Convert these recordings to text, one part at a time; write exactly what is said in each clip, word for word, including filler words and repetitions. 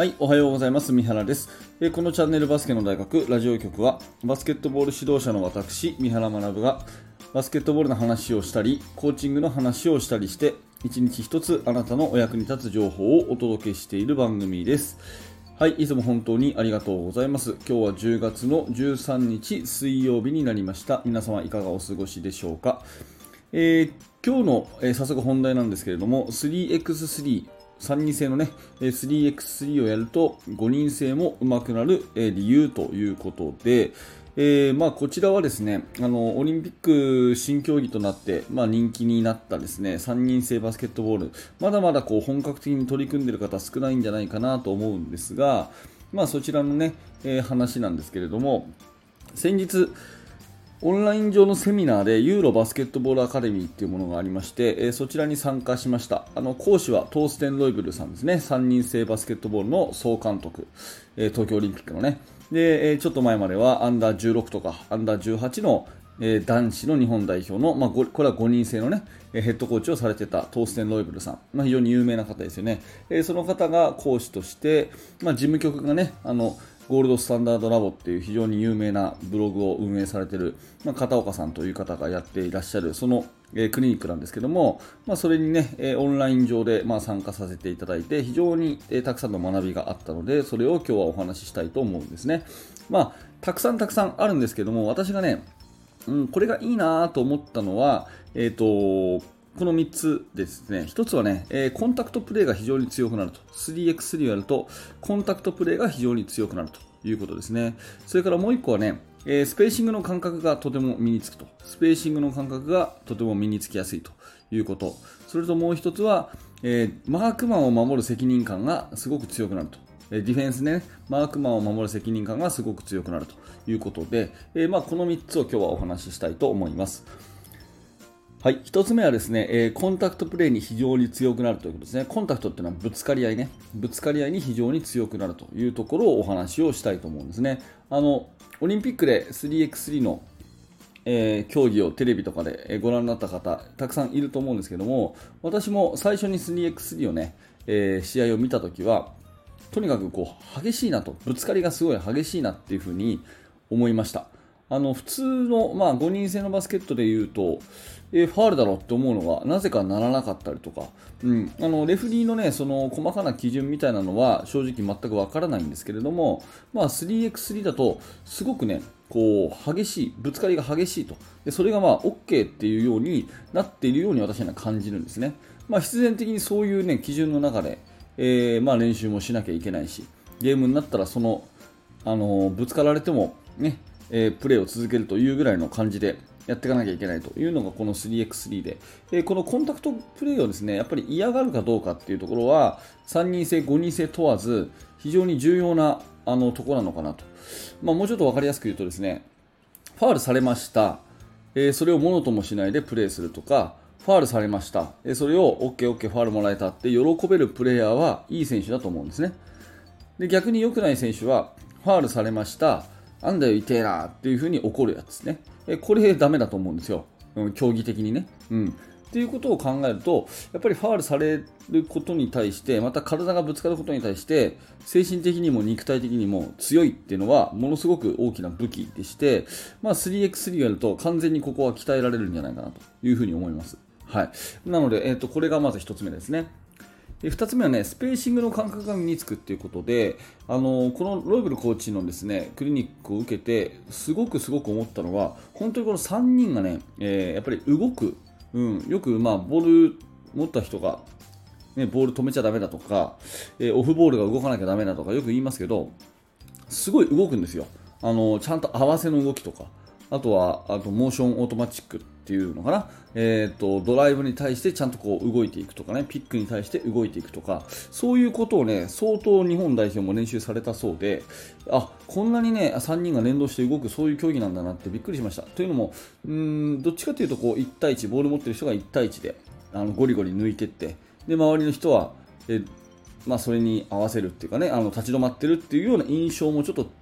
はい、おはようございます。三原です。えーこのチャンネルバスケの大学ラジオ局は、バスケットボール指導者の私、三原学がバスケットボールの話をしたり、コーチングの話をしたりして、一日一つあなたのお役に立つ情報をお届けしている番組です。はい、いつも本当にありがとうございます。今日はじゅうがつのじゅうさんにち水曜日になりました。皆様いかがお過ごしでしょうか。えー今日の、えー早速本題なんですけれども、スリーエックススリー、さんにん制のね、えー スリーエックススリー をやるとごにん制も上手くなる、えー理由ということで、えーまあ、こちらはですね、あのオリンピック新競技となって、まあ、人気になったですね、さんにん制バスケットボール、まだまだこう本格的に取り組んでいる方少ないんじゃないかなと思うんですが、まあ、そちらのね、えー話なんですけれども、先日、オンライン上のセミナーでユーロバスケットボールアカデミーっていうものがありまして、えーそちらに参加しました。あの講師はトーステン・ロイブルさんですね。さんにん制バスケットボールの総監督、えー東京オリンピックのね。で、えーちょっと前まではアンダーじゅうろくとかアンダーじゅうはちの、えー男子の日本代表の、まあ、ごこれはごにん制のね、えーヘッドコーチをされてたトーステン・ロイブルさん、まあ、非常に有名な方ですよね。えーその方が講師として、まあ、事務局がね、あのゴールドスタンダードラボっていう非常に有名なブログを運営されている、まあ、片岡さんという方がやっていらっしゃるその、えークリニックなんですけども、まあ、それにね、えーオンライン上で、まあ、参加させていただいて非常に、えーたくさんの学びがあったので、それを今日はお話ししたいと思うんですね。まあ、たくさんたくさんあるんですけども、私がね、うん、これがいいなと思ったのは、えーとこのみっつですね。ひとつはね、えーコンタクトプレーが非常に強くなると。スリーエックススリー をやると、コンタクトプレーが非常に強くなるということですね。それからもういっこはね、えースペーシングの感覚がとても身につくと。スペーシングの感覚がとても身につきやすいということ。それともうひとつは、えーマークマンを守る責任感がすごく強くなると。えーディフェンスね、マークマンを守る責任感がすごく強くなるということで、えーまあ、このみっつを今日はお話ししたいと思います。はい、ひとつめはですね、えーコンタクトプレーに非常に強くなるということですね。コンタクトっていうのはぶつかり合いね。ぶつかり合いに非常に強くなるというところをお話をしたいと思うんですね。あの、オリンピックで スリーエックススリー の、えー競技をテレビとかでえーご覧になった方、たくさんいると思うんですけども、私も最初に スリーエックススリー をね、えー試合を見たときは、とにかくこう激しいなと、ぶつかりがすごい激しいなっていうふうに思いました。あの普通の、まあ、ごにん制のバスケットでいうと、えーファールだろうって思うのがなぜかならなかったりとか、うん、あのレフリーの、ね、その細かな基準みたいなのは正直全くわからないんですけれども、まあ、スリーエックススリー だとすごくねこう激しい、ぶつかりが激しいと、でそれがまあ OK っていうようになっているように私には感じるんですね。まあ、必然的にそういう、ね、基準の中で、えーまあ、練習もしなきゃいけないし、ゲームになったらその、あのぶつかられても、ねえープレーを続けるというぐらいの感じでやっていかなきゃいけないというのがこの スリーエックススリー で、えーこのコンタクトプレーをですねやっぱり嫌がるかどうかっていうところはさんにん制、ごにん制問わず非常に重要なあのところなのかなと、まあ、もうちょっと分かりやすく言うとですね、ファールされました、えーそれをものともしないでプレーするとか、ファールされました、えーそれを オーケーオーケー ファールもらえたって喜べるプレイヤーはいい選手だと思うんですね。で逆に良くない選手はファールされました、なんだよ痛えなっていう風に怒るやつですね。えこれダメだと思うんですよ、うん、競技的にね。うんっていうことを考えると、やっぱりファールされることに対して、また体がぶつかることに対して、精神的にも肉体的にも強いっていうのは、ものすごく大きな武器でして、まあ、スリーエックススリー をやると、完全にここは鍛えられるんじゃないかなというふうに思います。はい。なので、えっと、これがまず一つ目ですね。でふたつめはね、スペーシングの感覚が身につくっていうことで、あのこのロイブルコーチのですねクリニックを受けてすごくすごく思ったのは、本当にこのさんにんがね、えーやっぱり動く、うん、よく、まあ、ボール持った人が、ね、ボール止めちゃだめだとか、えーオフボールが動かなきゃだめだとかよく言いますけど、すごい動くんですよ。あのちゃんと合わせの動きとか、あとはあとモーションオートマチックっていうのかな、えー、とドライブに対してちゃんとこう動いていくとかね、ピックに対して動いていくとか、そういうことをね相当日本代表も練習されたそうで、あこんなにねさんにんが連動して動くそういう競技なんだなってびっくりしました。というのも、うーんどっちかというとこういち対いち、ボール持ってる人がいち対いちであのゴリゴリ抜いていって、で周りの人はえまあ、それに合わせるっていうかね、あの立ち止まってるっていうような印象もちょっと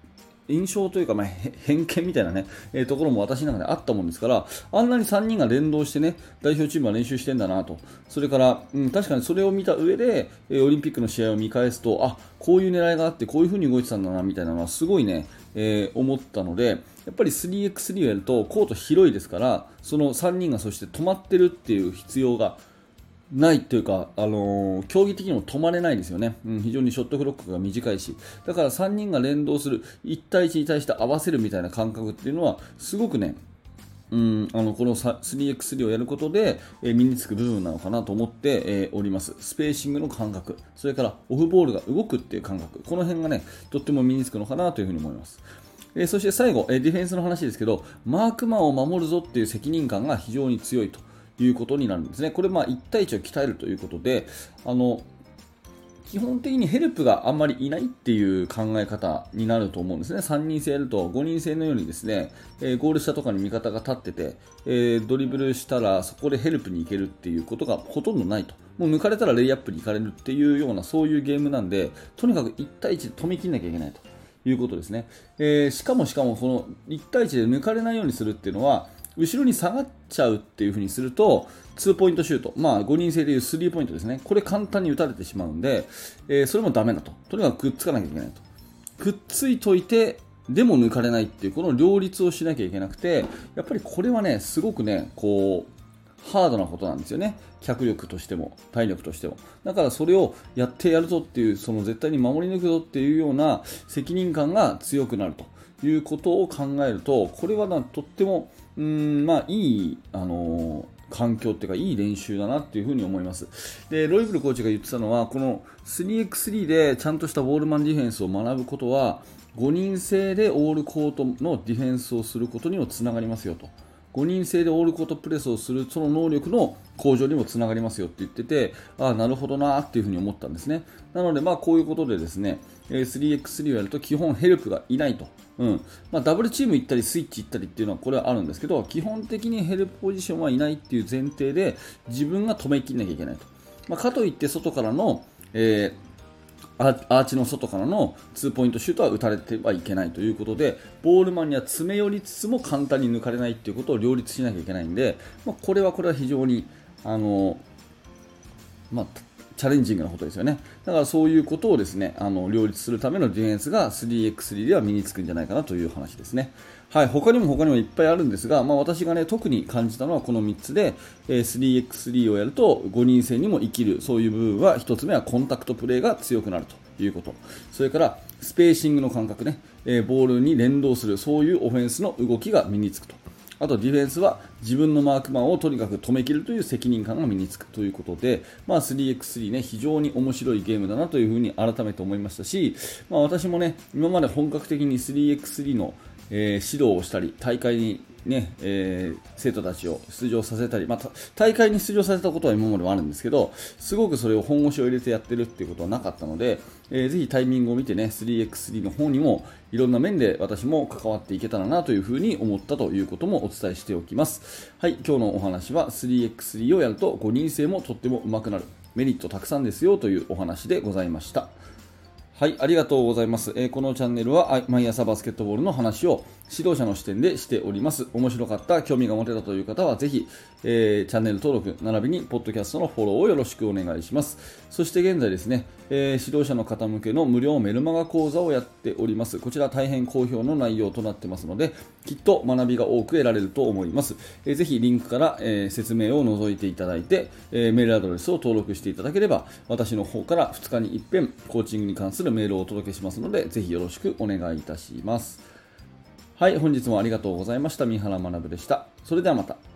印象というか、まあ、偏見みたいなね、えー、ところも私の中であったもんですから、あんなにさんにんが連動してね、代表チームは練習してんだなと。それから、うん、確かにそれを見た上で、えー、オリンピックの試合を見返すと、あ、こういう狙いがあって、こういう風に動いてたんだな、みたいなのはすごいね、えー、思ったので、やっぱり スリーエックススリー をやるとコート広いですから、そのさんにんがそして止まってるっていう必要がないというか、あのー、競技的にも止まれないですよね、うん、非常にショットクロックが短いし、だからさんにんが連動するいち対いちに対して合わせるみたいな感覚っていうのはすごくね、うん、あのこの スリーエックススリー をやることで、えー、身につく部分なのかなと思って、えー、おります。スペーシングの感覚、それからオフボールが動くっていう感覚、この辺がねとっても身につくのかなというふうに思います。えー、そして最後、えー、ディフェンスの話ですけど、マークマンを守るぞっていう責任感が非常に強いということになるんですね。これまあいち対いちを鍛えるということで、あの基本的にヘルプがあんまりいないっていう考え方になると思うんですね。さんにん制やるとごにん制のようにですね、えー、ゴール下とかに味方が立ってて、えー、ドリブルしたらそこでヘルプに行けるっていうことがほとんどないと。もう抜かれたらレイアップに行かれるっていうようなそういうゲームなんで、とにかくいち対いちで止めきんなきゃいけないということですね。えー、しかもしかもそのいち対いちで抜かれないようにするっていうのは、後ろに下がっちゃうっていう風にするとにポイントシュート、まあごにん制でいうスリーポイントですね、これ簡単に打たれてしまうんで、えー、それもダメだと。とにかくくっつかなきゃいけないと。くっついといてでも抜かれないっていうこの両立をしなきゃいけなくて、やっぱりこれはねすごくねこうハードなことなんですよね。脚力としても体力としても。だからそれをやってやるぞっていう、その絶対に守り抜くぞっていうような責任感が強くなるということを考えると、これはなとってもうーん、まあ、いい、あのー、環境っていうかいい練習だなっていうふうに思います。でロイブルコーチが言ってたのは、この スリーエックススリー でちゃんとしたボールマンディフェンスを学ぶことはごにん制でオールコートのディフェンスをすることにもつながりますよと。ごにん制でオールコートプレスをするその能力の向上にもつながりますよって言ってて、ああなるほどなっていうふうに思ったんですね。なのでまあこういうことでですね、スリーエックススリー をやると基本ヘルプがいないと。うんまあ、ダブルチーム行ったりスイッチ行ったりっていうのはこれはあるんですけど、基本的にヘルプポジションはいないっていう前提で自分が止めきんなきゃいけないと。まあ、かといって外からの、えーアーチの外からのにポイントシュートは打たれてはいけないということで、ボールマンには詰め寄りつつも簡単に抜かれないということを両立しなきゃいけないんで、まあ、これはこれは非常にあの、まあ、チャレンジングなことですよね。だからそういうことをですね、あの両立するためのディフェンスが スリーエックススリー では身につくんじゃないかなという話ですね。はい、他にも他にもいっぱいあるんですが、まあ、私がね特に感じたのはこのみっつで、えー、スリーエックススリー をやるとごにん制にも生きる、そういう部分はひとつめはコンタクトプレーが強くなるということ、それからスペーシングの感覚ね、えー、ボールに連動するそういうオフェンスの動きが身につくと。あとディフェンスは自分のマークマンをとにかく止めきるという責任感が身につくということで、まあ、スリーエックススリー ね、非常に面白いゲームだなというふうに改めて思いましたし、まあ、私もね今まで本格的に スリーエックススリー の、えー、指導をしたり大会にねえー、生徒たちを出場させたり、まあ、大会に出場させたことは今まではあるんですけど、すごくそれを本腰を入れてやってるっていうことはなかったので、えー、ぜひタイミングを見てね スリーエックススリー の方にもいろんな面で私も関わっていけたらなというふうに思ったということもお伝えしておきます。はい、今日のお話は スリーエックススリー をやるとごにん制もとっても上手くなる、メリットたくさんですよというお話でございました。はい、ありがとうございます。えー、このチャンネルは毎朝バスケットボールの話を指導者の視点でしております。面白かった、興味が持てたという方はぜひ、えー、チャンネル登録並びにポッドキャストのフォローをよろしくお願いします。そして現在ですね、えー、指導者の方向けの無料メルマガ講座をやっております。こちら大変好評の内容となってますので、きっと学びが多く得られると思います。えー、ぜひリンクから、えー、説明を覗いていただいて、えー、メールアドレスを登録していただければ、私の方からふつかに一遍コーチングに関するメールをお届けしますので、ぜひよろしくお願いいたします。はい、本日もありがとうございました。三原学でした。それではまた。